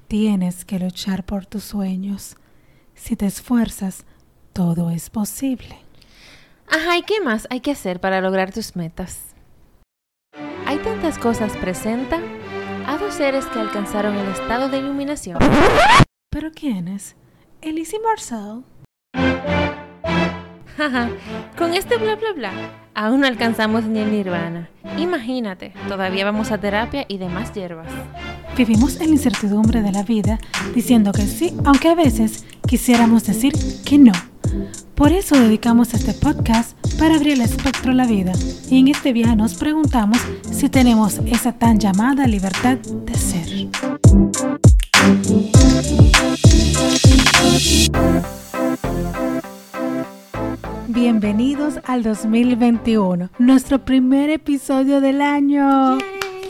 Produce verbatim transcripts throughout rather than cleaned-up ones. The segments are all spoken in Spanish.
Tienes que luchar por tus sueños. Si te esfuerzas, todo es posible. Ajá, ¿y qué más hay que hacer para lograr tus metas? Hay tantas cosas, presenta a dos seres que alcanzaron el estado de iluminación. ¿Pero quiénes? Elise y Marcel. Jaja, con este bla bla bla, aún no alcanzamos ni el nirvana. Imagínate, todavía vamos a terapia y demás hierbas. Vivimos en la incertidumbre de la vida, diciendo que sí, aunque a veces quisiéramos decir que no. Por eso dedicamos este podcast para abrir el espectro a la vida. Y en este viaje nos preguntamos si tenemos esa tan llamada libertad de ser. Bienvenidos al dos mil veintiuno, nuestro primer episodio del año.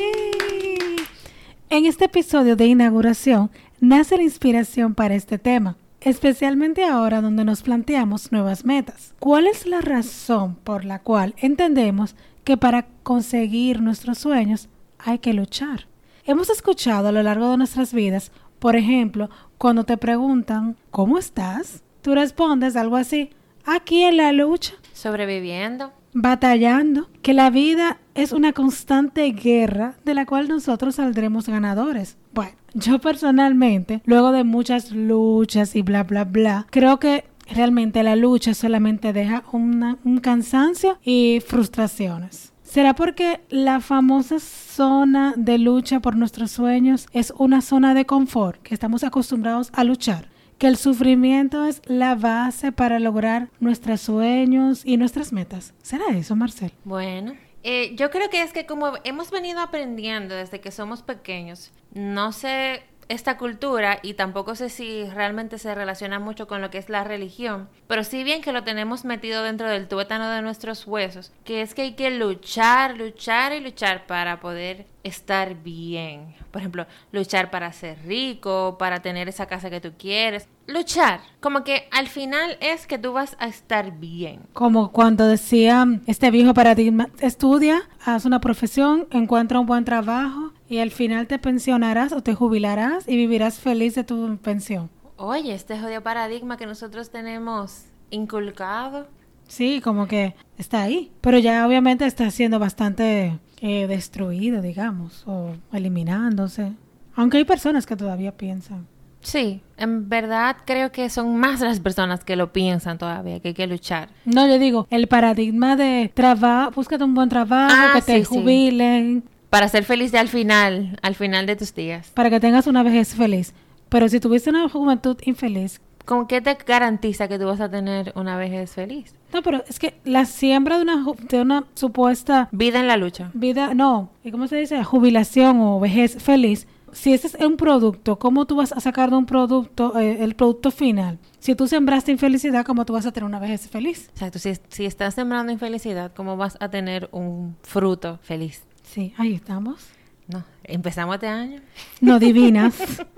¡Yay! En este episodio de inauguración nace la inspiración para este tema, especialmente ahora donde nos planteamos nuevas metas. ¿Cuál es la razón por la cual entendemos que para conseguir nuestros sueños hay que luchar? Hemos escuchado a lo largo de nuestras vidas, por ejemplo, cuando te preguntan ¿cómo estás? Tú respondes algo así: aquí en la lucha, Sobreviviendo. batallando, que la vida es una constante guerra de la cual nosotros saldremos ganadores. Bueno, yo personalmente, luego de muchas luchas y bla bla bla, creo que realmente la lucha solamente deja una, un cansancio y frustraciones. ¿Será porque la famosa zona de lucha por nuestros sueños es una zona de confort, que estamos acostumbrados a luchar? Que el sufrimiento es la base para lograr nuestros sueños y nuestras metas. ¿Será eso, Marcel? Bueno, eh, yo creo que es que como hemos venido aprendiendo desde que somos pequeños, no sé esta cultura y tampoco sé si realmente se relaciona mucho con lo que es la religión, pero sí bien que lo tenemos metido dentro del tuétano de nuestros huesos, que es que hay que luchar, luchar y luchar para poder estar bien. Por ejemplo, luchar para ser rico, para tener esa casa que tú quieres. Luchar, como que al final es que tú vas a estar bien. Como cuando decía este viejo paradigma: estudia, haz una profesión, encuentra un buen trabajo y al final te pensionarás o te jubilarás y vivirás feliz de tu pensión. Oye, este jodido paradigma que nosotros tenemos inculcado. Sí, como que está ahí, pero ya obviamente está siendo bastante eh, destruido, digamos, o eliminándose. Aunque hay personas que todavía piensan. Sí, en verdad creo que son más las personas que lo piensan todavía, que hay que luchar. No, yo digo, el paradigma de trabajo, búscate un buen trabajo, Ah, que te sí, sí. jubilen. Para ser feliz de al final, al final de tus días. Para que tengas una vejez feliz. Pero si tuviste una juventud infeliz. ¿Con qué te garantiza que tú vas a tener una vejez feliz? No, pero es que la siembra de una, ju- de una supuesta Vida en la lucha. vida, no, ¿y cómo se dice? Jubilación o vejez feliz. Si ese es un producto, ¿cómo tú vas a sacar de un producto eh, el producto final? Si tú sembraste infelicidad, ¿cómo tú vas a tener una vejez feliz? Exacto, si, si estás sembrando infelicidad, ¿cómo vas a tener un fruto feliz? Sí, ahí estamos. No, empezamos este año. No divinas.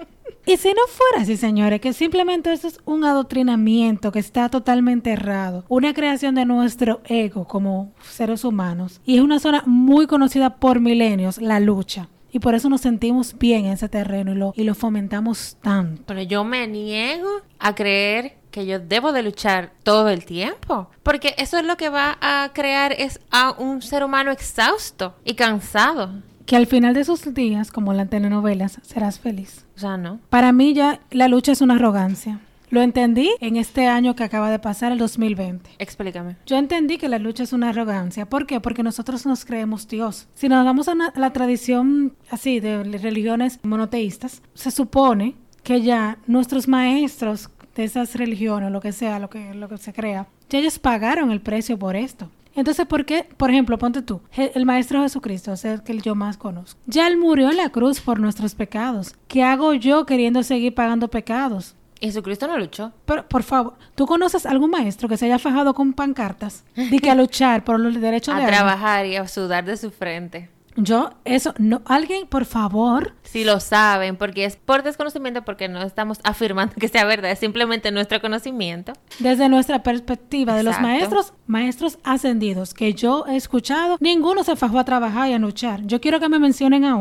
Y si no fuera así, señores, que simplemente eso es un adoctrinamiento que está totalmente errado, una creación de nuestro ego como seres humanos, y es una zona muy conocida por milenios, la lucha. Y por eso nos sentimos bien en ese terreno y lo, y lo fomentamos tanto. Pero yo me niego a creer que yo debo de luchar todo el tiempo, porque eso es lo que va a crear es a un ser humano exhausto y cansado. Que al final de sus días, como en las telenovelas, serás feliz. O sea, no. Para mí ya la lucha es una arrogancia. Lo entendí en este año que acaba de pasar, el dos mil veinte. Explícame. Yo entendí que la lucha es una arrogancia. ¿Por qué? Porque nosotros nos creemos Dios. Si nos vamos a una- a la tradición así de religiones monoteístas, se supone que ya nuestros maestros de esas religiones, lo que sea, lo que, lo que se crea, ya ellos pagaron el precio por esto. Entonces, ¿por qué? Por ejemplo, ponte tú, Je- el Maestro Jesucristo, es el que yo más conozco. Ya Él murió en la cruz por nuestros pecados. ¿Qué hago yo queriendo seguir pagando pecados? Jesucristo no luchó. Pero, por favor, ¿tú conoces algún maestro que se haya fajado con pancartas? De que a luchar por los derechos de A alguien? trabajar y a sudar de su frente. Yo, eso, no, alguien, por favor. Si lo saben, porque es por desconocimiento, porque no estamos afirmando que sea verdad, es simplemente nuestro conocimiento. Desde nuestra perspectiva de los Exacto. maestros, maestros ascendidos que yo he escuchado, ninguno se fajó a trabajar y a luchar. Yo quiero que me mencionen a uno.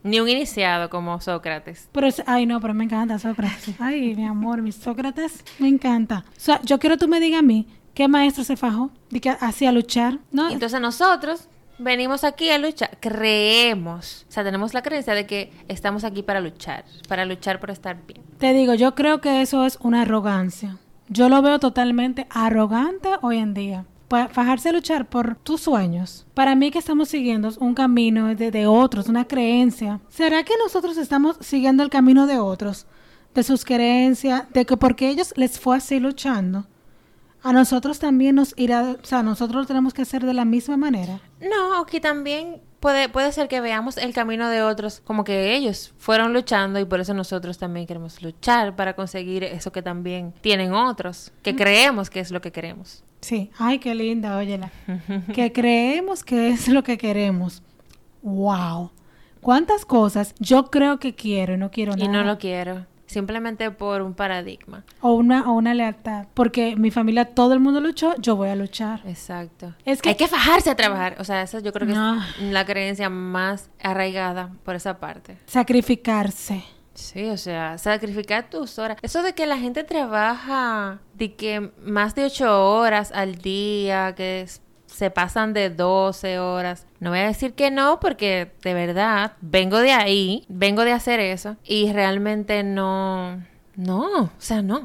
Ni un iniciado como Sócrates. Pero es, ay, no, pero me encanta Sócrates. Ay, mi amor, mi Sócrates, me encanta. O sea, yo quiero que tú me digas a mí, ¿qué maestro se fajó? ¿De qué hacía luchar? ¿No? Entonces nosotros venimos aquí a luchar. Creemos. O sea, tenemos la creencia de que estamos aquí para luchar. Para luchar por estar bien. Te digo, yo creo que eso es una arrogancia. Yo lo veo totalmente arrogante hoy en día. Fajarse a luchar por tus sueños. Para mí que estamos siguiendo un camino de, de otros, una creencia. ¿Será que nosotros estamos siguiendo el camino de otros? De sus creencias, de que porque ellos les fue así luchando, a nosotros también nos irá, o sea, nosotros lo tenemos que hacer de la misma manera. No, aquí también puede, puede ser que veamos el camino de otros como que ellos fueron luchando y por eso nosotros también queremos luchar para conseguir eso que también tienen otros, que creemos que es lo que queremos. Sí, ay, qué linda, óyela. Que creemos que es lo que queremos. Wow. ¿Cuántas cosas yo creo que quiero y no quiero nada? Y no lo quiero. Simplemente por un paradigma. O una, o una lealtad. Porque mi familia, todo el mundo luchó, yo voy a luchar. Exacto. Es que hay que fajarse a trabajar. O sea, esa yo creo que no. es la creencia más arraigada por esa parte. Sacrificarse. Sí, o sea, sacrificar tus horas. Eso de que la gente trabaja de que más de ocho horas al día, que es, se pasan de doce horas. No voy a decir que no, porque de verdad vengo de ahí, vengo de hacer eso y realmente no, no, o sea, no.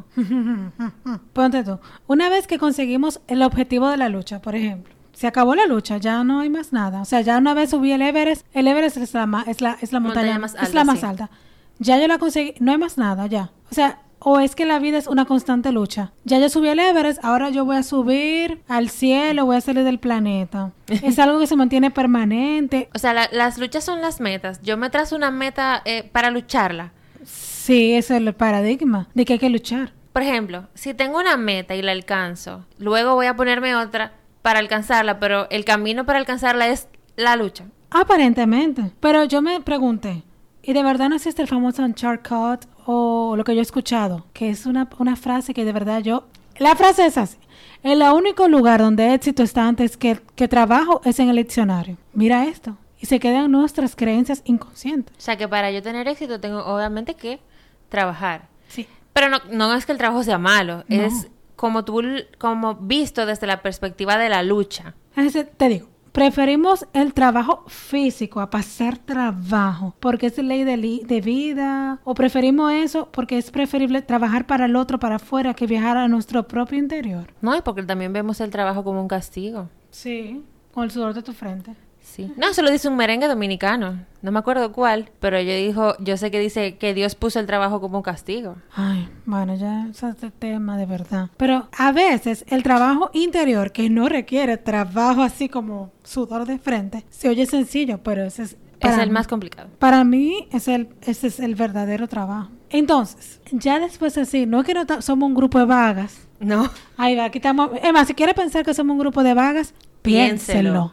Ponte tú, una vez que conseguimos el objetivo de la lucha, por ejemplo, se acabó la lucha, ya no hay más nada. O sea, ya una vez subí el Everest, el Everest es la, es la, es la montaña, montaña más alta, es la más sí. alta. Ya yo la conseguí, no hay más nada, ya. O sea, o es que la vida es una constante lucha. Ya yo subí al Everest, ahora yo voy a subir al cielo, voy a salir del planeta. Es algo que se mantiene permanente. O sea, la, las luchas son las metas. Yo me trazo una meta eh, para lucharla. Sí, ese es el paradigma de que hay que luchar. Por ejemplo, si tengo una meta y la alcanzo, luego voy a ponerme otra para alcanzarla, pero el camino para alcanzarla es la lucha. Aparentemente. Pero yo me pregunté, ¿y de verdad no existe el famoso shortcut o lo que yo he escuchado? Que es una, una frase que de verdad yo... La frase es así. El único lugar donde éxito está antes que, que trabajo es en el diccionario. Mira esto. Y se quedan nuestras creencias inconscientes. O sea que para yo tener éxito tengo obviamente que trabajar. Sí. Pero no, no es que el trabajo sea malo. No. Es como tú, como visto desde la perspectiva de la lucha. Entonces, te digo. Preferimos el trabajo físico a pasar trabajo porque es ley de, li- de vida, o preferimos eso porque es preferible trabajar para el otro, para afuera, que viajar a nuestro propio interior. No, y porque también vemos el trabajo como un castigo. Sí, con el sudor de tu frente. Sí. No, eso lo dice un merengue dominicano. No me acuerdo cuál, pero yo dijo, yo sé que dice que Dios puso el trabajo como un castigo. Ay, bueno, ya es este tema de verdad. Pero a veces el trabajo interior, que no requiere trabajo así como sudor de frente, se oye sencillo, pero ese es... Es el mí, más complicado. Para mí, es el, ese es el verdadero trabajo. Entonces, ya después así, no es que no ta- somos un grupo de vagas. No. Ahí va, aquí estamos. Es más, si quiere pensar que somos un grupo de vagas, piénselo.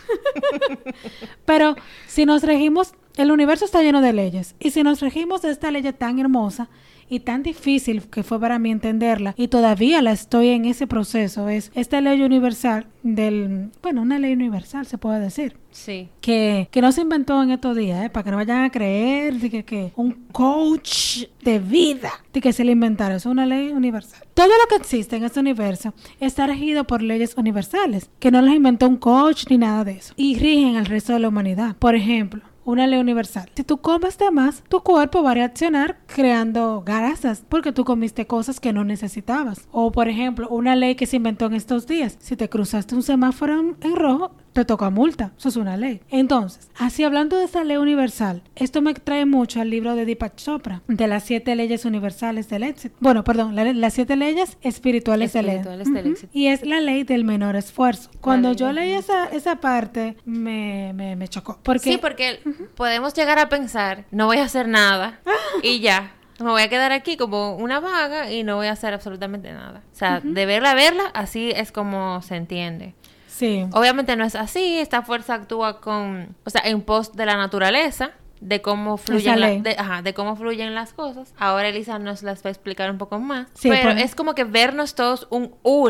Pero si nos regimos, el universo está lleno de leyes, y si nos regimos de esta ley tan hermosa y tan difícil que fue para mí entenderla, y todavía la estoy en ese proceso, es esta ley universal del, bueno, una ley universal se puede decir. Sí. Que, que no se inventó en estos días, ¿eh? Para que no vayan a creer de que, que un coach de vida, de que se le inventaron. Es una ley universal. Todo lo que existe en este universo está regido por leyes universales, que no las inventó un coach ni nada de eso, y rigen al resto de la humanidad. Por ejemplo, una ley universal. Si tú comes de más, tu cuerpo va a reaccionar creando grasas porque tú comiste cosas que no necesitabas. O, por ejemplo, una ley que se inventó en estos días. Si te cruzaste un semáforo en, en rojo, te toca multa. Eso es una ley. Entonces, así hablando de esa ley universal, esto me trae mucho al libro de Deepak Chopra, de las siete leyes universales del éxito. Bueno, perdón, la, las siete leyes espirituales, espirituales del, del uh-huh. éxito. Y es la ley del menor esfuerzo. Cuando yo leí esa, esa parte, me, me, me chocó. Porque, sí, porque uh-huh. podemos llegar a pensar, no voy a hacer nada y ya. Me voy a quedar aquí como una vaga y no voy a hacer absolutamente nada. O sea, uh-huh. de verla a verla, así es como se entiende. Sí. Obviamente no es así. Esta fuerza actúa con, o sea, en pos de la naturaleza, de cómo fluyen, la, de, ajá, de cómo fluyen las cosas. Ahora Elisa nos las va a explicar un poco más. Sí, pero pues, es como que vernos todos un uno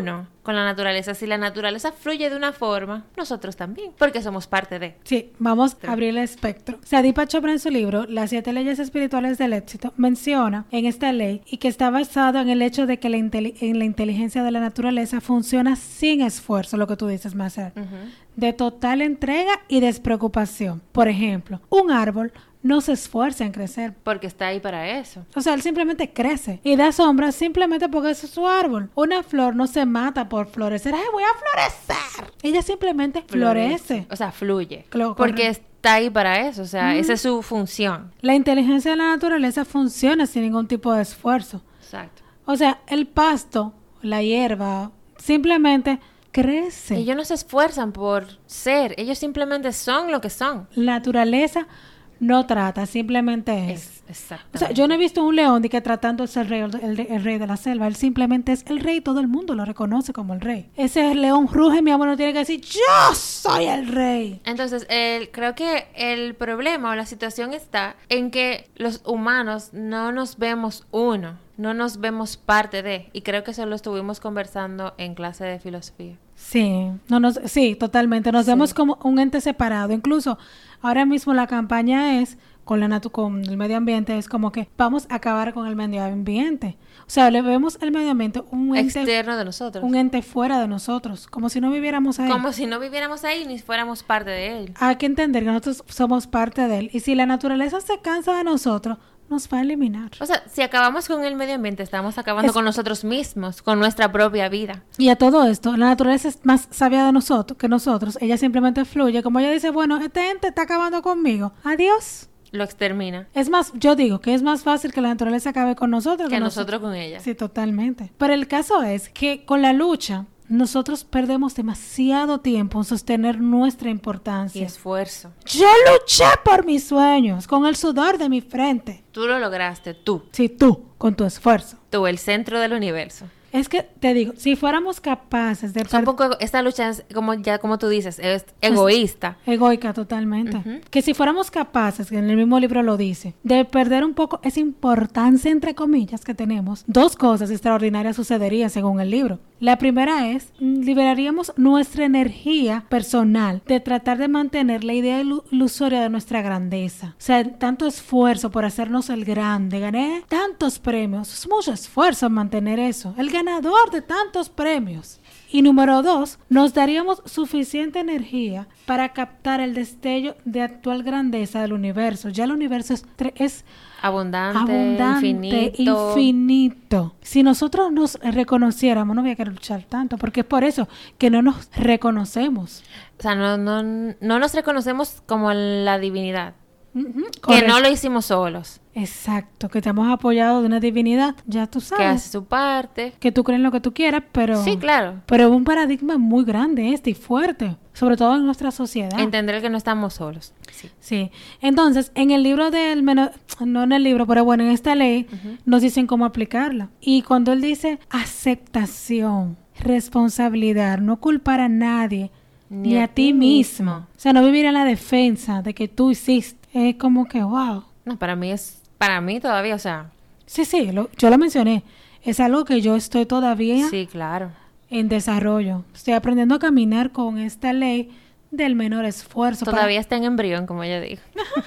con la naturaleza. Si la naturaleza fluye de una forma, nosotros también, porque somos parte de. Sí, vamos a abrir el espectro. Deepak Chopra en su libro Las siete leyes espirituales del éxito menciona en esta ley y que está basado en el hecho de que la, en la inteligencia de la naturaleza funciona sin esfuerzo, lo que tú dices, Marcel, uh-huh. de total entrega y despreocupación. Por ejemplo, un árbol no se esfuerza en crecer. Porque está ahí para eso. O sea, él simplemente crece y da sombra simplemente porque es su árbol. Una flor no se mata por florecer. ¡Ay, voy a florecer! Ella simplemente florece. florece. O sea, fluye. Clo- porque está ahí para eso. O sea, mm. esa es su función. La inteligencia de la naturaleza funciona sin ningún tipo de esfuerzo. Exacto. O sea, el pasto, la hierba, simplemente crece. Ellos no se esfuerzan por ser. Ellos simplemente son lo que son. La naturaleza no trata, simplemente es. es exactamente. O sea, yo no he visto un león de que tratando de ser el rey, el, el rey de la selva. Él simplemente es el rey, todo el mundo lo reconoce como el rey. Ese león ruge, mi amor, no tiene que decir, yo soy el rey. Entonces, el, creo que el problema o la situación está en que los humanos no nos vemos uno, no nos vemos parte de, y creo que eso lo estuvimos conversando en clase de filosofía. Sí, no nos, sí, totalmente. Nos sí. vemos como un ente separado. Incluso ahora mismo la campaña es con la natu con el medio ambiente, es como que vamos a acabar con el medio ambiente. O sea, le vemos el medio ambiente un ente externo de nosotros, un ente fuera de nosotros, como si no viviéramos ahí. Como si no viviéramos ahí ni fuéramos parte de él. Hay que entender que nosotros somos parte de él, y si la naturaleza se cansa de nosotros, nos va a eliminar. O sea, si acabamos con el medio ambiente, estamos acabando es... con nosotros mismos, con nuestra propia vida. Y a todo esto, la naturaleza es más sabia de nosotros que nosotros. Ella simplemente fluye. Como ella dice, bueno, este ente está acabando conmigo. Adiós. Lo extermina. Es más, yo digo que es más fácil que la naturaleza acabe con nosotros que, que nosotros con ella. Sí, totalmente. Pero el caso es que con la lucha, nosotros perdemos demasiado tiempo en sostener nuestra importancia. Y esfuerzo. Yo luché por mis sueños, con el sudor de mi frente. Tú lo lograste, tú. Sí, tú, con tu esfuerzo. Tú, el centro del universo. Es que, te digo, si fuéramos capaces de... O sea, un poco, esta lucha es, como ya como tú dices, es egoísta. Es egoica totalmente. Uh-huh. Que si fuéramos capaces, que en el mismo libro lo dice, de perder un poco esa importancia, entre comillas, que tenemos, dos cosas extraordinarias sucederían según el libro. La primera es, liberaríamos nuestra energía personal de tratar de mantener la idea ilusoria de nuestra grandeza. O sea, tanto esfuerzo por hacernos el grande, gané tantos premios, es mucho esfuerzo en mantener eso. El ganador de tantos premios. Y número dos, nos daríamos suficiente energía para captar el destello de actual grandeza del universo. Ya el universo es, es abundante, abundante, infinito. infinito. Si nosotros nos reconociéramos, no había que luchar tanto, porque es por eso que no nos reconocemos. O sea, no, no, no nos reconocemos como la divinidad. Uh-huh, que no lo hicimos solos. Exacto, que estamos apoyados de una divinidad, ya tú sabes. Que hace su parte. Que tú crees en lo que tú quieras, pero... Sí, claro. Pero es un paradigma muy grande este y fuerte, sobre todo en nuestra sociedad. Entender que no estamos solos. Sí. Sí. Entonces, en el libro del... Menor, no en el libro, pero bueno, en esta ley uh-huh. nos dicen cómo aplicarla. Y cuando él dice aceptación, responsabilidad, no culpar a nadie, ni, ni a, a ti mismo. mismo. O sea, no vivir en la defensa de que tú hiciste. Es como que, wow. No, para mí es, para mí todavía, o sea. Sí, sí, lo, yo lo mencioné. Es algo que yo estoy todavía. Sí, claro. En desarrollo. Estoy aprendiendo a caminar con esta ley del menor esfuerzo. Todavía para... está en embrión, como ella dijo.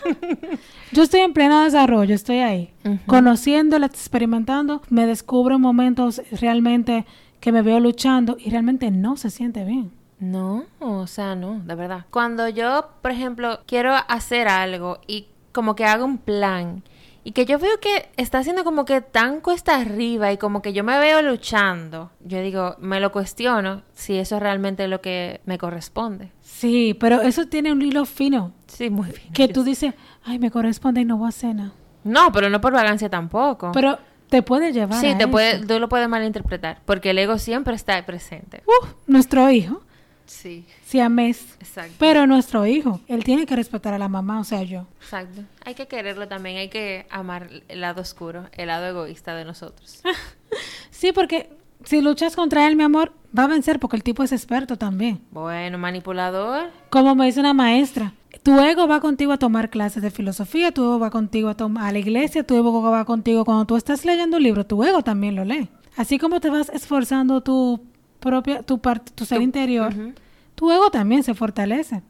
Yo estoy en pleno desarrollo, estoy ahí. Uh-huh. Conociéndola, experimentando. Me descubro en momentos realmente que me veo luchando y realmente no se siente bien. No, o sea, no, de verdad. Cuando yo, por ejemplo, quiero hacer algo y como que hago un plan y que yo veo que está haciendo como que tan cuesta arriba y como que yo me veo luchando, yo digo, me lo cuestiono si eso es realmente lo que me corresponde. Sí, pero eso tiene un hilo fino. Sí, muy fino. Que tú dices, ay, me corresponde y no voy a hacer nada. No, pero no por vagancia tampoco. Pero... te puede llevar sí, a te eso. puede, tú lo puedes malinterpretar porque el ego siempre está presente. Uh, nuestro hijo. Sí. Siamés. Exacto. Pero nuestro hijo, él tiene que respetar a la mamá, o sea, yo. Exacto. Hay que quererlo también, hay que amar el lado oscuro, el lado egoísta de nosotros. Sí, porque si luchas contra él, mi amor, va a vencer porque el tipo es experto también. Bueno, manipulador. Como me dice una maestra, tu ego va contigo a tomar clases de filosofía, tu ego va contigo a, tom- a la iglesia, tu ego va contigo cuando tú estás leyendo un libro, tu ego también lo lee. Así como te vas esforzando tú propia, tu parte, tu ser Tu- interior, Ujú. tu ego también se fortalece.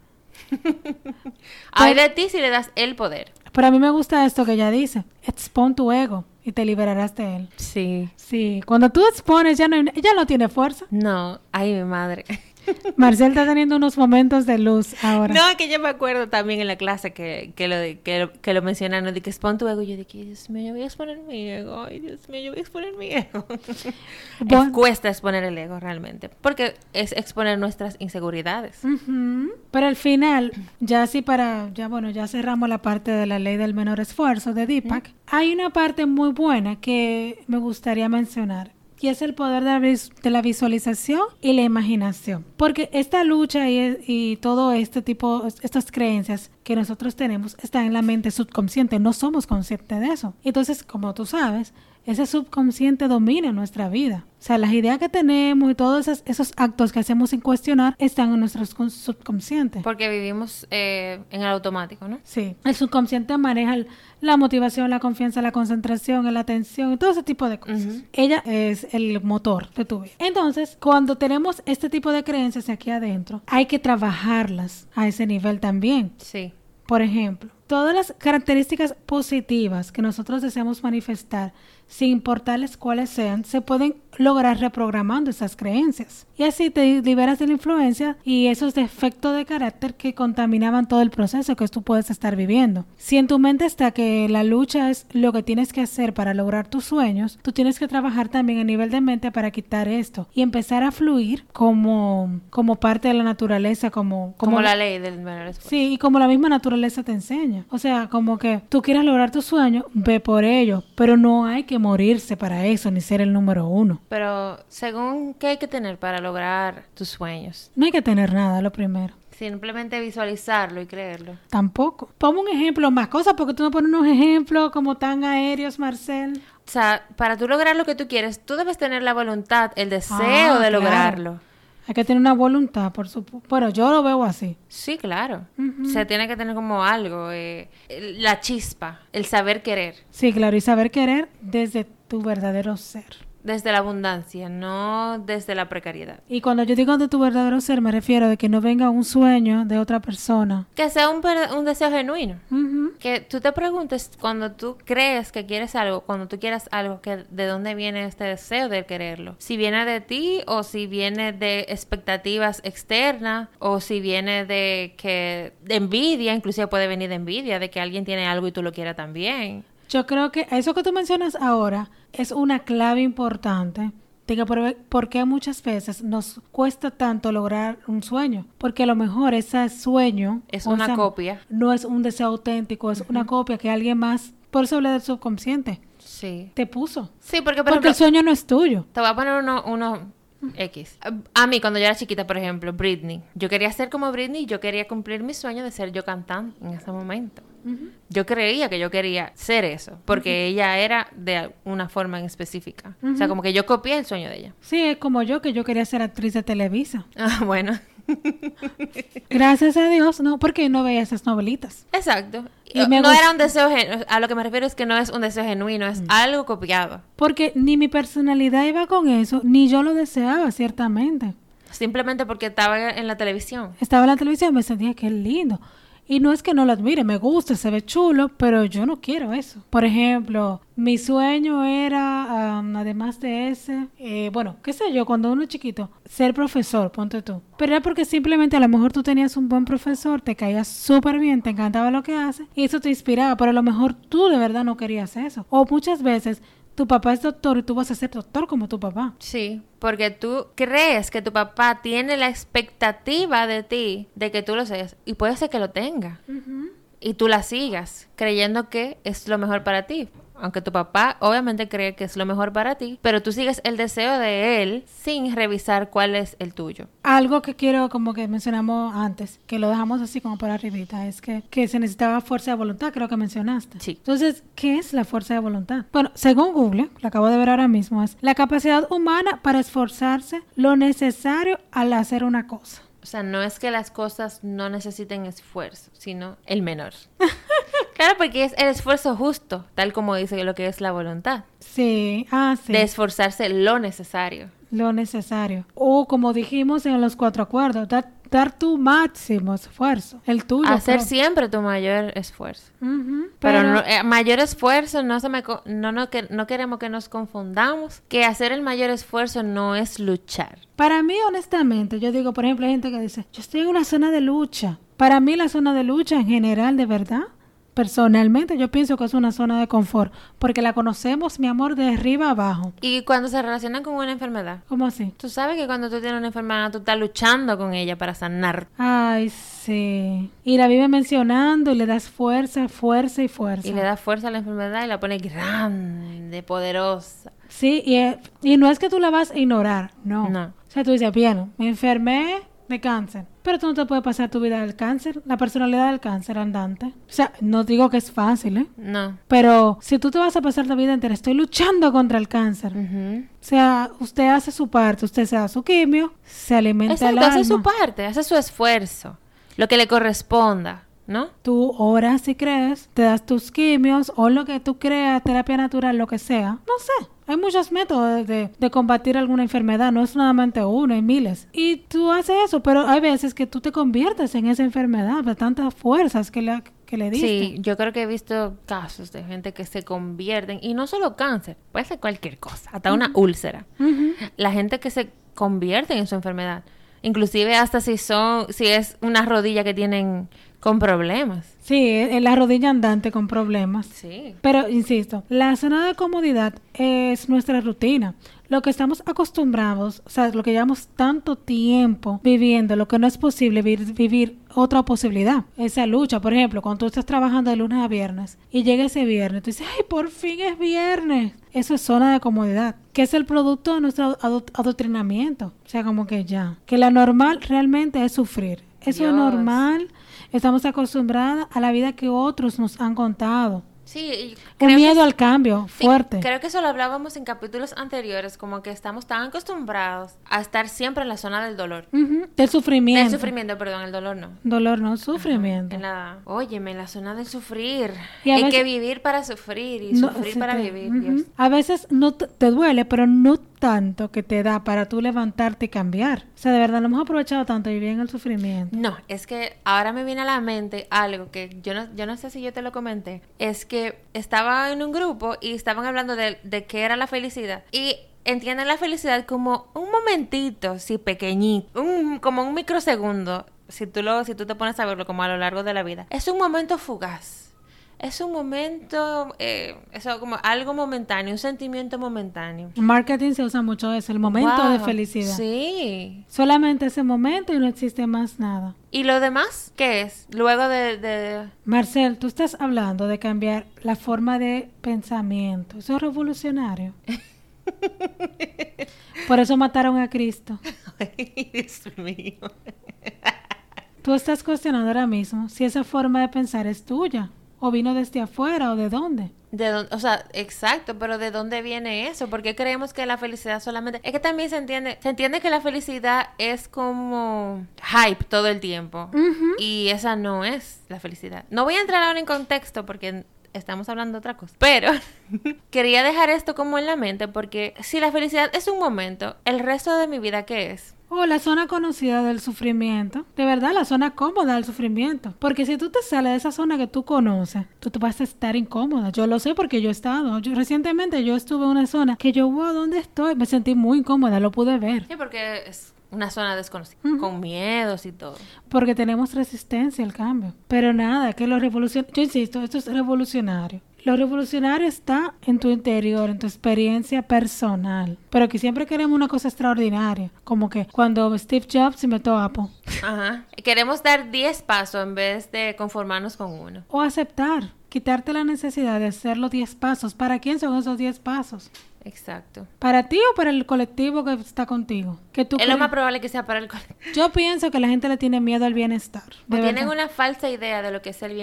Hay de ti si le das el poder. Pero a mí me gusta esto que ella dice, expon tu ego y te liberarás de él. Sí. Sí, cuando tú expones ya no, hay- ya no tiene fuerza. No, ay, mi madre. Marcel está teniendo unos momentos de luz ahora. No, que yo me acuerdo también en la clase que, que, lo, de- que, lo, que lo mencionaron, de que expon tu ego. Y yo dije, Dios mío, yo voy a exponer mi ego. Ay, Dios mío, yo voy a exponer mi ego. Bueno. Es, cuesta exponer el ego realmente, porque es exponer nuestras inseguridades. Ujú. Pero al final, ya así para, ya bueno, ya cerramos la parte de la ley del menor esfuerzo de Deepak. Hay una parte muy buena que me gustaría mencionar. Y es el poder de la, vis- de la visualización y la imaginación. Porque esta lucha y, y todo este tipo, estas creencias que nosotros tenemos están en la mente subconsciente. No somos conscientes de eso. Entonces, como tú sabes, ese subconsciente domina nuestra vida. O sea, las ideas que tenemos y todos esos, esos actos que hacemos sin cuestionar están en nuestro con- subconsciente. Porque vivimos eh, en el automático, ¿no? Sí, el subconsciente maneja el- la motivación, la confianza, la concentración, la atención y todo ese tipo de cosas. Ujú. Ella es el motor de tu vida. Entonces, cuando tenemos este tipo de creencias aquí adentro, hay que trabajarlas a ese nivel también. Sí. Por ejemplo, todas las características positivas que nosotros deseamos manifestar, sin importarles cuáles sean, se pueden lograr reprogramando esas creencias. Y así te liberas de la influencia y esos defectos de carácter que contaminaban todo el proceso que tú puedes estar viviendo. Si en tu mente está que la lucha es lo que tienes que hacer para lograr tus sueños, tú tienes que trabajar también a nivel de mente para quitar esto y empezar a fluir como, como parte de la naturaleza, como, Como, la ley del menor esfuerzo. Sí, y como la misma naturaleza te enseña. O sea, como que tú quieres lograr tu sueño, ve por ello, pero no hay que morirse para eso ni ser el número uno. Pero, según, ¿qué hay que tener para lograr tus sueños? No hay que tener nada, lo primero. Simplemente visualizarlo y creerlo. Tampoco. Ponme un ejemplo más cosas, porque tú no pones unos ejemplos como tan aéreos, Marcel. O sea, para tú lograr lo que tú quieres, tú debes tener la voluntad, el deseo Ah, de claro. lograrlo. Hay que tener una voluntad, por supuesto. Bueno, yo lo veo así. Sí, claro. Ujú. Se tiene que tener como algo, eh, el- la chispa, el saber querer. Sí, claro, y saber querer desde tu verdadero ser. Desde la abundancia, no desde la precariedad. Y cuando yo digo de tu verdadero ser, me refiero de que no venga un sueño de otra persona. Que sea un, per- un deseo genuino. Ujú. Que tú te preguntes cuando tú crees que quieres algo, cuando tú quieras algo, que de dónde viene este deseo de quererlo. Si viene de ti o si viene de expectativas externas o si viene de que de envidia, inclusive puede venir de envidia, de que alguien tiene algo y tú lo quieras también. Yo creo que eso que tú mencionas ahora es una clave importante de que por, por qué muchas veces nos cuesta tanto lograr un sueño. Porque a lo mejor ese sueño Es o una esa- copia. no es un deseo auténtico, es una copia que alguien más, por eso hablé del subconsciente, Sí. te puso. Sí, porque por Porque el ejemplo, sueño no es tuyo. te voy a poner uno, uno X. A mí, cuando yo era chiquita, por ejemplo, Britney. Yo quería ser como Britney y yo quería cumplir mi sueño de ser yo cantante en ese momento. Yo creía que yo quería ser eso, porque ella era de una forma en específica. O sea, como que yo copié el sueño de ella. Sí, es como yo, que yo quería ser actriz de Televisa. Ah, bueno. Gracias a Dios, no, porque no veía esas novelitas. Exacto. Y me no gust- era un deseo genuino. A lo que me refiero es que no es un deseo genuino, es algo copiado. Porque ni mi personalidad iba con eso, ni yo lo deseaba, ciertamente. Simplemente porque estaba en la televisión. Estaba en la televisión y me sentía que lindo. Y no es que no lo admire, me gusta, se ve chulo, pero yo no quiero eso. Por ejemplo, mi sueño era, um, además de ese, eh, bueno, qué sé yo, cuando uno es chiquito, ser profesor, ponte tú. Pero era porque simplemente a lo mejor tú tenías un buen profesor, te caía súper bien, te encantaba lo que hace, y eso te inspiraba, pero a lo mejor tú de verdad no querías eso. O muchas veces tu papá es doctor y tú vas a ser doctor como tu papá. Sí, porque tú crees que tu papá tiene la expectativa de ti de que tú lo seas y puede ser que lo tenga y tú la sigas creyendo que es lo mejor para ti. Aunque tu papá obviamente cree que es lo mejor para ti, pero tú sigues el deseo de él sin revisar cuál es el tuyo. Algo que quiero, como que mencionamos antes, que lo dejamos así como por arribita, es que, que se necesitaba fuerza de voluntad, creo que mencionaste. Sí. Entonces, ¿qué es la fuerza de voluntad? Bueno, según Google, lo acabo de ver ahora mismo, es la capacidad humana para esforzarse lo necesario al hacer una cosa. O sea, no es que las cosas no necesiten esfuerzo, sino el menor. Claro, porque es el esfuerzo justo, tal como dice lo que es la voluntad. Sí, ah, sí. De esforzarse lo necesario. lo necesario. O como dijimos en los cuatro acuerdos, dar, dar tu máximo esfuerzo, el tuyo. Hacer propio. siempre tu mayor esfuerzo. Uh-huh, pero pero no, eh, mayor esfuerzo, no, se me, co- no, no, que, no queremos que nos confundamos, que hacer el mayor esfuerzo no es luchar. para mí, honestamente, yo digo, por ejemplo, hay gente que dice, yo estoy en una zona de lucha. Para mí la zona de lucha en general, de verdad, personalmente, yo pienso que es una zona de confort, porque la conocemos, mi amor, de arriba a abajo. Y cuando se relacionan con una enfermedad, ¿Cómo así? tú sabes que cuando tú tienes una enfermedad, tú estás luchando con ella para sanar. Ay, sí. Y la vive mencionando y le das fuerza, fuerza y fuerza. Y le das fuerza a la enfermedad y la pone grande, poderosa. Sí, y, eh, y no es que tú la vas a ignorar, no. No. O sea, tú dices, bien, me enfermé de cáncer, pero tú no te puedes pasar tu vida del cáncer, la personalidad del cáncer andante. O sea, no digo que es fácil, ¿eh? No. Pero si tú te vas a pasar la vida entera, estoy luchando contra el cáncer. Ujú. O sea, usted hace su parte, usted se da su quimio, se alimenta el Exacto, alma. hace su parte, hace su esfuerzo, lo que le corresponda, ¿no? Tú oras si crees, te das tus quimios o lo que tú creas, terapia natural, lo que sea. No sé. Hay muchos métodos de, de combatir alguna enfermedad, no es solamente uno, hay miles. Y tú haces eso, pero hay veces que tú te conviertes en esa enfermedad de tantas fuerzas que le, que le diste. Sí, yo creo que he visto casos de gente que se convierten, y no solo cáncer, puede ser cualquier cosa, hasta una úlcera. Ujú. La gente que se convierte en su enfermedad, inclusive hasta si son, si es una rodilla que tienen con problemas. Sí, en la rodilla andante con problemas. Sí. Pero, insisto, la zona de comodidad es nuestra rutina. Lo que estamos acostumbrados, o sea, lo que llevamos tanto tiempo viviendo, lo que no es posible vivir, vivir otra posibilidad. Esa lucha, por ejemplo, cuando tú estás trabajando de lunes a viernes y llega ese viernes, tú dices, ¡ay, por fin es viernes! Eso es zona de comodidad, que es el producto de nuestro ado- adoctrinamiento. O sea, como que ya. Que la normal realmente es sufrir. Eso es Dios. normal. Estamos acostumbradas a la vida que otros nos han contado. Sí, y Un creo miedo que, al cambio sí, fuerte. creo que eso lo hablábamos en capítulos anteriores, como que estamos tan acostumbrados a estar siempre en la zona del dolor. Ujú, del sufrimiento. Del sufrimiento, perdón, el dolor no. Dolor, no, sufrimiento. En la, óyeme, en la zona del sufrir. Y a Hay veces- que vivir para sufrir y No, sufrir sí para te- vivir, ujú. Dios. A veces no te, te duele, pero no tanto que te da para tú levantarte y cambiar. O sea, de verdad, no hemos aprovechado tanto de vivir en el sufrimiento. No, es que ahora me viene a la mente algo que yo no, yo no sé si yo te lo comenté. Es que estaba en un grupo y estaban hablando de, de qué era la felicidad. Y entienden la felicidad como un momentito, sí, pequeñito, un, como un microsegundo, si tú, lo, si tú te pones a verlo como a lo largo de la vida. Es un momento fugaz. Es un momento, eh, eso como algo momentáneo, un sentimiento momentáneo. En marketing se usa mucho eso, el momento Wow, de felicidad. Sí. Solamente ese momento y no existe más nada. ¿Y lo demás qué es? Luego de... de... Marcel, tú estás hablando de cambiar la forma de pensamiento. Eso es revolucionario. Por eso mataron a Cristo. Ay, Dios mío. Tú estás cuestionando ahora mismo si esa forma de pensar es tuya, o vino desde afuera, o de dónde. De dónde, o sea, exacto, pero ¿de dónde viene eso? ¿Por qué creemos que la felicidad solamente... Es que también se entiende, se entiende que la felicidad es como hype todo el tiempo. Ujú. Y esa no es la felicidad. No voy a entrar ahora en contexto porque estamos hablando de otra cosa. Pero quería dejar esto como en la mente porque si la felicidad es un momento, ¿el resto de mi vida qué es? O la zona conocida del sufrimiento. De verdad, la zona cómoda del sufrimiento. Porque si tú te sales de esa zona que tú conoces, tú te vas a estar incómoda. Yo lo sé porque yo he estado. Yo, recientemente yo estuve en una zona que yo, wow, ¿dónde estoy? Me sentí muy incómoda, lo pude ver. Sí, porque es una zona desconocida, Ujú. con miedos y todo. Porque tenemos resistencia al cambio. Pero nada, que lo revolucionario... Yo insisto, esto es revolucionario. Lo revolucionario está en tu interior, en tu experiencia personal. Pero que siempre queremos una cosa extraordinaria. Como que cuando Steve Jobs inventó Apple. Ajá. Queremos dar diez pasos en vez de conformarnos con uno. O aceptar. Quitarte la necesidad de hacer los diez pasos. ¿Para quién son esos diez pasos? Exacto. ¿Para ti o para el colectivo que está contigo? Que tú Es lo crees- más probable que sea para el colegio. Yo pienso que la gente le tiene miedo al bienestar. O de tienen verdad. una falsa idea de lo que es el bienestar.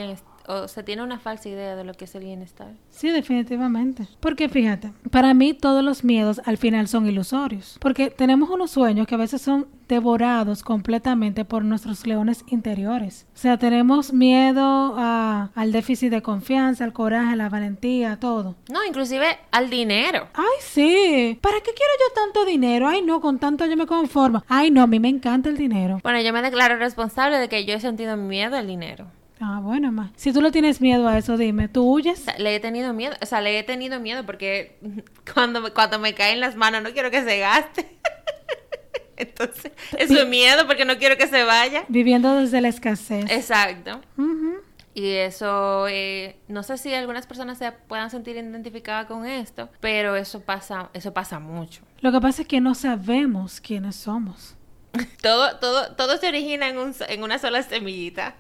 o se tiene una falsa idea de lo que es el bienestar. Sí, definitivamente. Porque fíjate, para mí todos los miedos al final son ilusorios. Porque tenemos unos sueños que a veces son devorados completamente por nuestros leones interiores. O sea, tenemos miedo a, al déficit de confianza, al coraje, a la valentía, todo. No, inclusive al dinero. Ay, sí. ¿Para qué quiero yo tanto dinero? Ay, no, con tanto yo me conformo. Ay, no, a mí me encanta el dinero. Bueno, yo me declaro responsable de que yo he sentido miedo al dinero. Ah, bueno, ma. Si tú le tienes miedo a eso, dime, ¿tú huyes? O sea, le he tenido miedo, o sea, le he tenido miedo porque cuando me, cuando me caen las manos no quiero que se gaste. Entonces, eso es miedo porque no quiero que se vaya. Viviendo desde la escasez. Exacto. Uh-huh. Y eso, eh, no sé si algunas personas se puedan sentir identificadas con esto, pero eso pasa, eso pasa mucho. Lo que pasa es que no sabemos quiénes somos. Todo, todo, todo se origina en, un, en una sola semillita.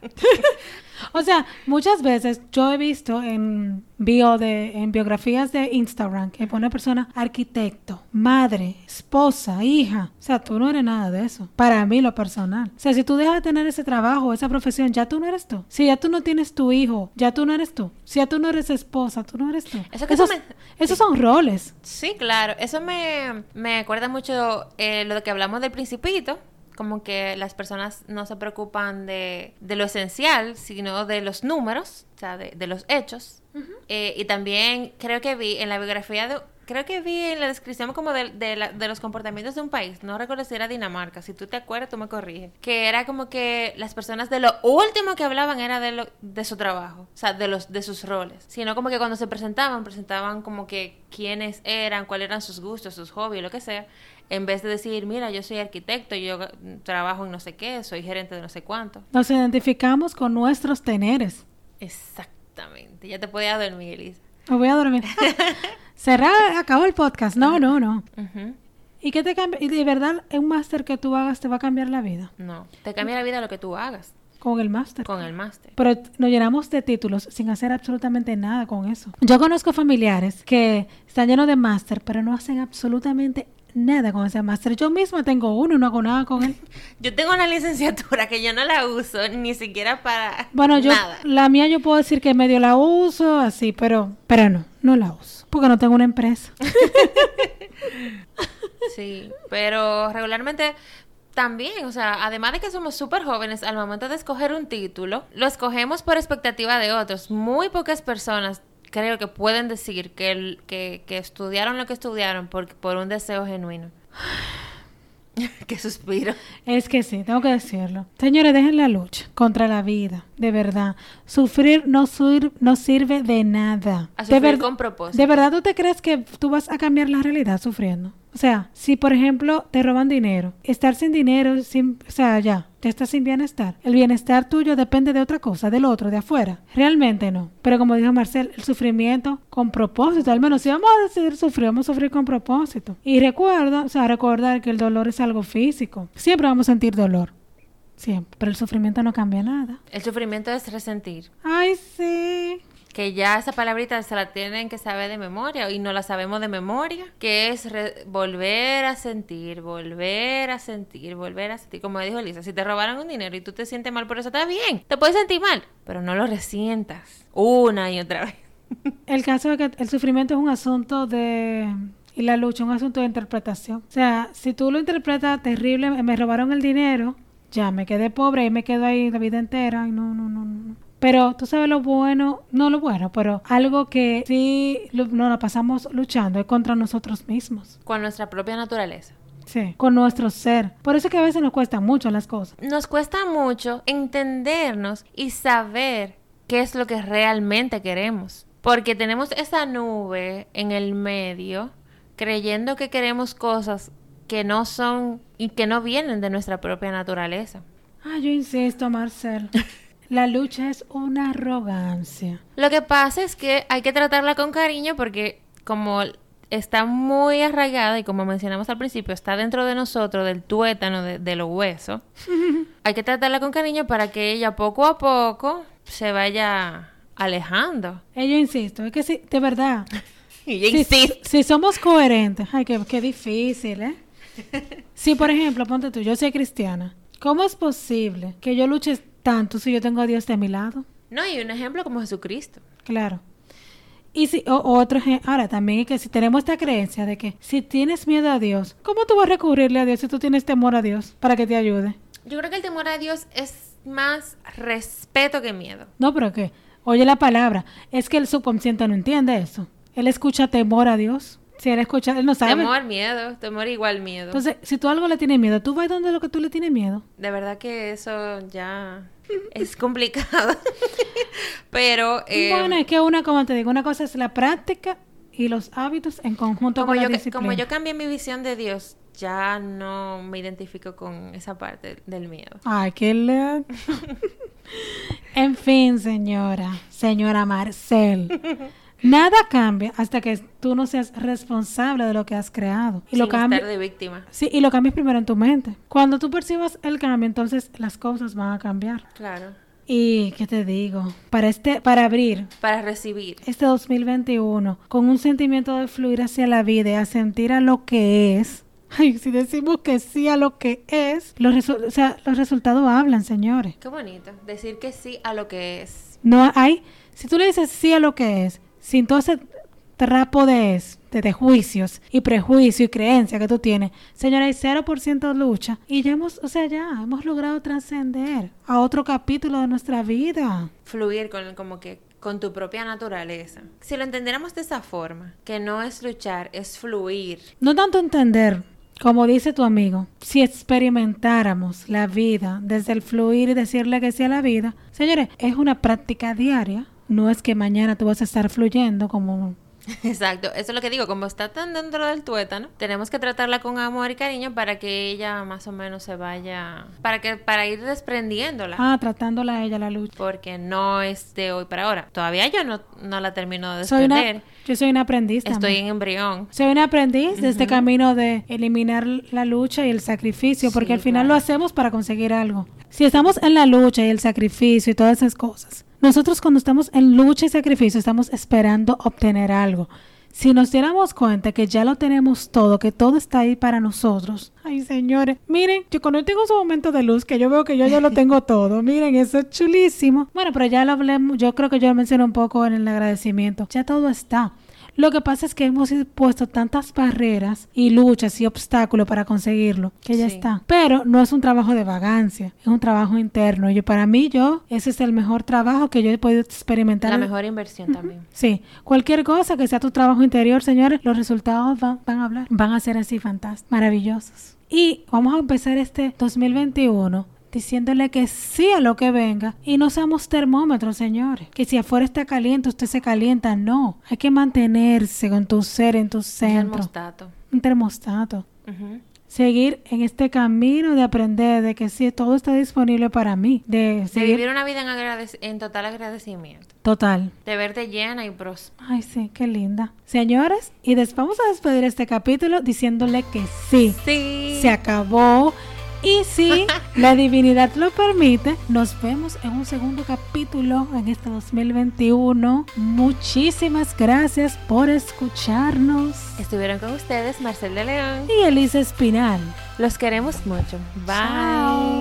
O sea, muchas veces yo he visto en bio de, en biografías de Instagram que pone persona arquitecto, madre, esposa, hija. O sea, tú no eres nada de eso. Para mí, lo personal. O sea, si tú dejas de tener ese trabajo, esa profesión, ya tú no eres tú. Si ya tú no tienes tu hijo, ya tú no eres tú. Si ya tú no eres esposa, tú no eres tú. Eso que esos me... esos son roles. Sí, claro. Eso me, me acuerda mucho eh, lo que hablamos del Principito. Como que las personas no se preocupan de, de lo esencial, sino de los números, o sea, de, de los hechos. Uh-huh. Eh, y también creo que vi en la biografía de... Creo que vi en la descripción como de, de, la, de los comportamientos de un país, no recuerdo si era Dinamarca, si tú te acuerdas tú me corriges, que era como que las personas de lo último que hablaban era de, lo, de su trabajo, o sea, de, los, de sus roles, sino como que cuando se presentaban, presentaban como que quiénes eran, cuáles eran sus gustos, sus hobbies, lo que sea, en vez de decir, mira, yo soy arquitecto, yo trabajo en no sé qué, soy gerente de no sé cuánto. Nos identificamos con nuestros teneres. Exactamente, ya te podía dormir, Elisa. Me voy a dormir. Cerrar, acabó el podcast. No, no, no. Uh-huh. ¿Y qué te cambia? ¿Y de verdad un máster que tú hagas te va a cambiar la vida? No, te cambia la vida lo que tú hagas. Con el máster. Con el máster. Pero nos llenamos de títulos sin hacer absolutamente nada con eso. Yo conozco familiares que están llenos de máster, pero no hacen absolutamente nada con ese máster. Yo misma tengo uno y no hago nada con él. Yo tengo una licenciatura que yo no la uso ni siquiera para bueno, yo, nada. La mía yo puedo decir que medio la uso así, pero, pero no, no la uso. Porque no tengo una empresa. Sí, pero regularmente también, o sea, además de que somos súper jóvenes, al momento de escoger un título, lo escogemos por expectativa de otros. Muy pocas personas creo que pueden decir que, el, que, que estudiaron lo que estudiaron por, por un deseo genuino. Qué suspiro. Es que sí, tengo que decirlo. Señores, dejen la lucha contra la vida, de verdad. Sufrir no, sur, no sirve de nada. A sufrir de ver, con propósito. ¿De verdad tú te crees que tú vas a cambiar la realidad sufriendo? O sea, si por ejemplo te roban dinero, estar sin dinero, sin, o sea, ya, te estás sin bienestar. El bienestar tuyo depende de otra cosa, del otro, de afuera. Realmente no. Pero como dijo Marcel, el sufrimiento con propósito, al menos si vamos a decidir sufrir, vamos a sufrir con propósito. Y recuerda, o sea, recordar que el dolor es algo físico. Siempre vamos a sentir dolor. Siempre. Pero el sufrimiento no cambia nada. El sufrimiento es resentir. Ay, sí. Que ya esa palabrita se la tienen que saber de memoria y no la sabemos de memoria, que es re- volver a sentir, volver a sentir, volver a sentir. Como dijo Elisa, si te robaron un dinero y tú te sientes mal por eso, está bien, te puedes sentir mal, pero no lo resientas una y otra vez. El caso es que el sufrimiento es un asunto de... y la lucha es un asunto de interpretación. O sea, si tú lo interpretas terrible, me robaron el dinero, ya me quedé pobre y me quedo ahí la vida entera. Y no, no, no, no. Pero tú sabes lo bueno, no lo bueno, pero algo que sí lo, no lo pasamos luchando es contra nosotros mismos. Con nuestra propia naturaleza. Sí, con nuestro ser. Por eso es que a veces nos cuesta mucho las cosas. Nos cuesta mucho entendernos y saber qué es lo que realmente queremos. Porque tenemos esa nube en el medio creyendo que queremos cosas que no son y que no vienen de nuestra propia naturaleza. Ah, yo insisto, Marcel. La lucha es una arrogancia. Lo que pasa es que hay que tratarla con cariño porque como está muy arraigada y como mencionamos al principio, está dentro de nosotros, del tuétano, de, de los huesos, hay que tratarla con cariño para que ella poco a poco se vaya alejando. Eh, yo insisto, es que sí, de verdad. Y yo si, insisto. Si somos coherentes, ay, qué, qué difícil, ¿eh? Si, por ejemplo, ponte tú, yo soy cristiana, ¿cómo es posible que yo luche tanto si yo tengo a Dios de mi lado? No, y un ejemplo como Jesucristo. Claro. Y si, o, o otro ejemplo, ahora también es que si tenemos esta creencia de que si tienes miedo a Dios, ¿cómo tú vas a recurrirle a Dios si tú tienes temor a Dios para que te ayude? Yo creo que el temor a Dios es más respeto que miedo. No, pero que, oye la palabra, es que el subconsciente no entiende eso. Él escucha temor a Dios. Si él escucha, él no sabe. Temor, miedo, temor igual miedo. Entonces, si tú algo le tienes miedo, ¿tú vas donde lo que tú le tienes miedo? De verdad que eso ya es complicado. Pero... Eh, bueno, es que una, como te digo, una cosa es la práctica y los hábitos en conjunto como con yo, la disciplina. Como yo cambié mi visión de Dios, ya no me identifico con esa parte del miedo. Ay, qué le... En fin, señora, señora Marcel, nada cambia hasta que tú no seas responsable de lo que has creado. Y Sin lo cambi- estar de víctima. Sí, y lo cambies primero en tu mente. Cuando tú percibas el cambio, entonces las cosas van a cambiar. Claro. Y, ¿qué te digo? Para este, para abrir Para recibir. este dos mil veintiuno con un sentimiento de fluir hacia la vida y a sentir a lo que es. Ay, si decimos que sí a lo que es, los, resu- o sea, los resultados hablan, señores. Qué bonito. Decir que sí a lo que es. No hay, si tú le dices sí a lo que es, sin todo ese trapo de, de, de juicios y prejuicio y creencia que tú tienes, señora, hay cero por ciento de lucha y ya hemos, o sea, ya hemos logrado trascender a otro capítulo de nuestra vida. Fluir con como que con tu propia naturaleza. Si lo entendiéramos de esa forma, que no es luchar, es fluir. No tanto entender, como dice tu amigo, si experimentáramos la vida desde el fluir y decirle que sí a la vida, señores, es una práctica diaria. No es que mañana tú vas a estar fluyendo como... Exacto, eso es lo que digo, como está tan dentro del tuétano, tenemos que tratarla con amor y cariño para que ella más o menos se vaya, para que para ir desprendiéndola. Ah, tratándola a ella la lucha. Porque no es de hoy para ahora. Todavía yo no, no la termino de Soy desprender. una, yo soy una aprendiz Estoy también. en embrión. Soy una aprendiz de Uh-huh. este camino de eliminar la lucha y el sacrificio, porque Sí, al final claro. lo hacemos para conseguir algo. Si estamos en la lucha y el sacrificio y todas esas cosas, nosotros cuando estamos en lucha y sacrificio estamos esperando obtener algo. Si nos diéramos cuenta que ya lo tenemos todo, que todo está ahí para nosotros. Ay, señores, miren, yo cuando yo tengo su momento de luz, que yo veo que yo ya lo tengo todo, miren, eso es chulísimo. Bueno, pero ya lo hablemos, yo creo que yo lo mencioné un poco en el agradecimiento. Ya todo está. Lo que pasa es que hemos puesto tantas barreras y luchas y obstáculos para conseguirlo, que ya Sí. está. Pero no es un trabajo de vagancia, es un trabajo interno. Y para mí, yo, ese es el mejor trabajo que yo he podido experimentar. La mejor inversión también. Sí, cualquier cosa que sea tu trabajo interior, señores, los resultados van, van a hablar, van a ser así fantásticos, maravillosos. Y vamos a empezar este dos mil veintiuno diciéndole que sí a lo que venga y no seamos termómetros, señores. Que si afuera está caliente, usted se calienta. No, hay que mantenerse con tu ser en tu Un centro. termostato. Un termostato. Ujú. Seguir en este camino de aprender de que sí, todo está disponible para mí. De De seguir vivir una vida en, agradec- en total agradecimiento. total. De verte llena y próspera. Ay, sí, qué linda. Señores, y después vamos a despedir este capítulo diciéndole que sí, Sí. se acabó. Y si la divinidad lo permite, nos vemos en un segundo capítulo en este dos mil veintiuno. Muchísimas gracias por escucharnos. Estuvieron con ustedes Marcel de León. Y Elisa Espinal. Los queremos mucho. Bye. Chao.